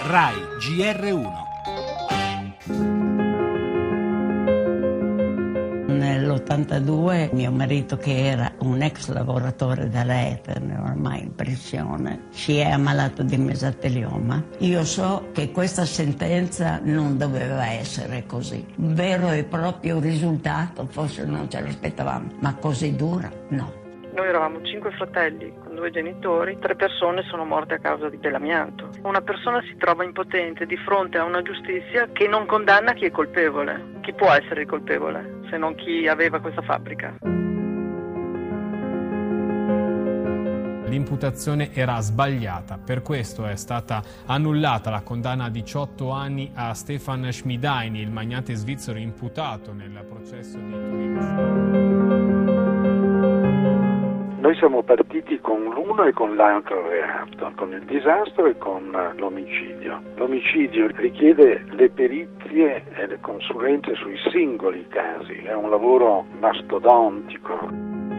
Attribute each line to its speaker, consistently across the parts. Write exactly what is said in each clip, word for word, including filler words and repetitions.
Speaker 1: Rai G R uno.
Speaker 2: Nell'ottantadue mio marito, che era un ex lavoratore della Eterne, ormai in pensione, si è ammalato di mesotelioma. Io so che questa sentenza non doveva essere così. Vero e proprio risultato, forse non ce l'aspettavamo, ma così dura, no.
Speaker 3: Noi eravamo cinque fratelli con due genitori, tre persone sono morte a causa dell'amianto. Una persona si trova impotente di fronte a una giustizia che non condanna chi è colpevole. Chi può essere il colpevole se non chi aveva questa fabbrica?
Speaker 4: L'imputazione era sbagliata, per questo è stata annullata la condanna a diciotto anni a Stefan Schmidaini, il magnate svizzero imputato nel processo di Torino.
Speaker 5: Noi siamo partiti con l'uno e con l'altro reato, con il disastro e con l'omicidio. L'omicidio richiede le perizie e le consulenze sui singoli casi, è un lavoro mastodontico.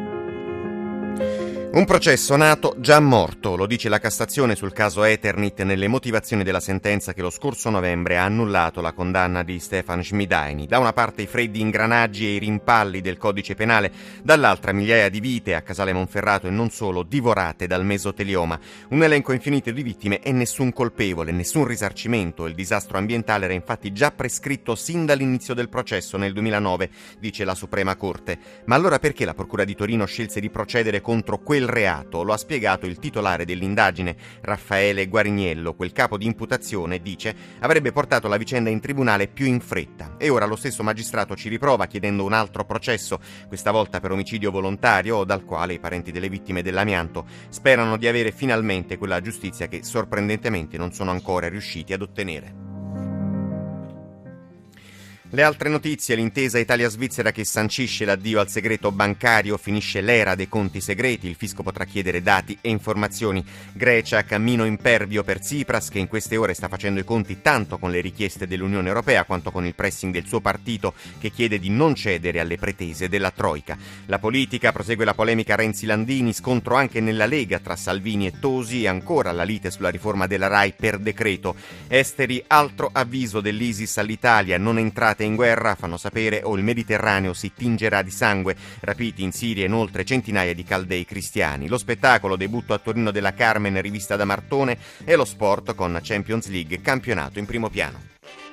Speaker 6: Un processo nato già morto, lo dice la Cassazione sul caso Eternit nelle motivazioni della sentenza che lo scorso novembre ha annullato la condanna di Stefan Schmidaini. Da una parte i freddi ingranaggi e i rimpalli del codice penale, dall'altra migliaia di vite a Casale Monferrato e non solo, divorate dal mesotelioma. Un elenco infinito di vittime e nessun colpevole, nessun risarcimento. Il disastro ambientale era infatti già prescritto sin dall'inizio del processo nel duemilanove, dice la Suprema Corte. Ma allora perché la Procura di Torino scelse di procedere contro quel reato? Lo ha spiegato il titolare dell'indagine, Raffaele Guariniello. Quel capo di imputazione, dice, avrebbe portato la vicenda in tribunale più in fretta. E ora lo stesso magistrato ci riprova chiedendo un altro processo, questa volta per omicidio volontario, dal quale i parenti delle vittime dell'amianto sperano di avere finalmente quella giustizia che sorprendentemente non sono ancora riusciti ad ottenere. Le altre notizie: l'intesa Italia-Svizzera che sancisce l'addio al segreto bancario, finisce l'era dei conti segreti, il fisco potrà chiedere dati e informazioni. Grecia, cammino impervio per Tsipras, che in queste ore sta facendo i conti tanto con le richieste dell'Unione Europea quanto con il pressing del suo partito, che chiede di non cedere alle pretese della Troika. La politica, prosegue la polemica Renzi-Landini, scontro anche nella Lega tra Salvini e Tosi e ancora la lite sulla riforma della RAI per decreto. Esteri, altro avviso dell'ISIS all'Italia: non entrate in guerra, fanno sapere, o il Mediterraneo si tingerà di sangue. Rapiti in Siria inoltre centinaia di caldei cristiani. Lo spettacolo, debutto a Torino della Carmen rivista da Martone, e lo sport con Champions League, campionato in primo piano.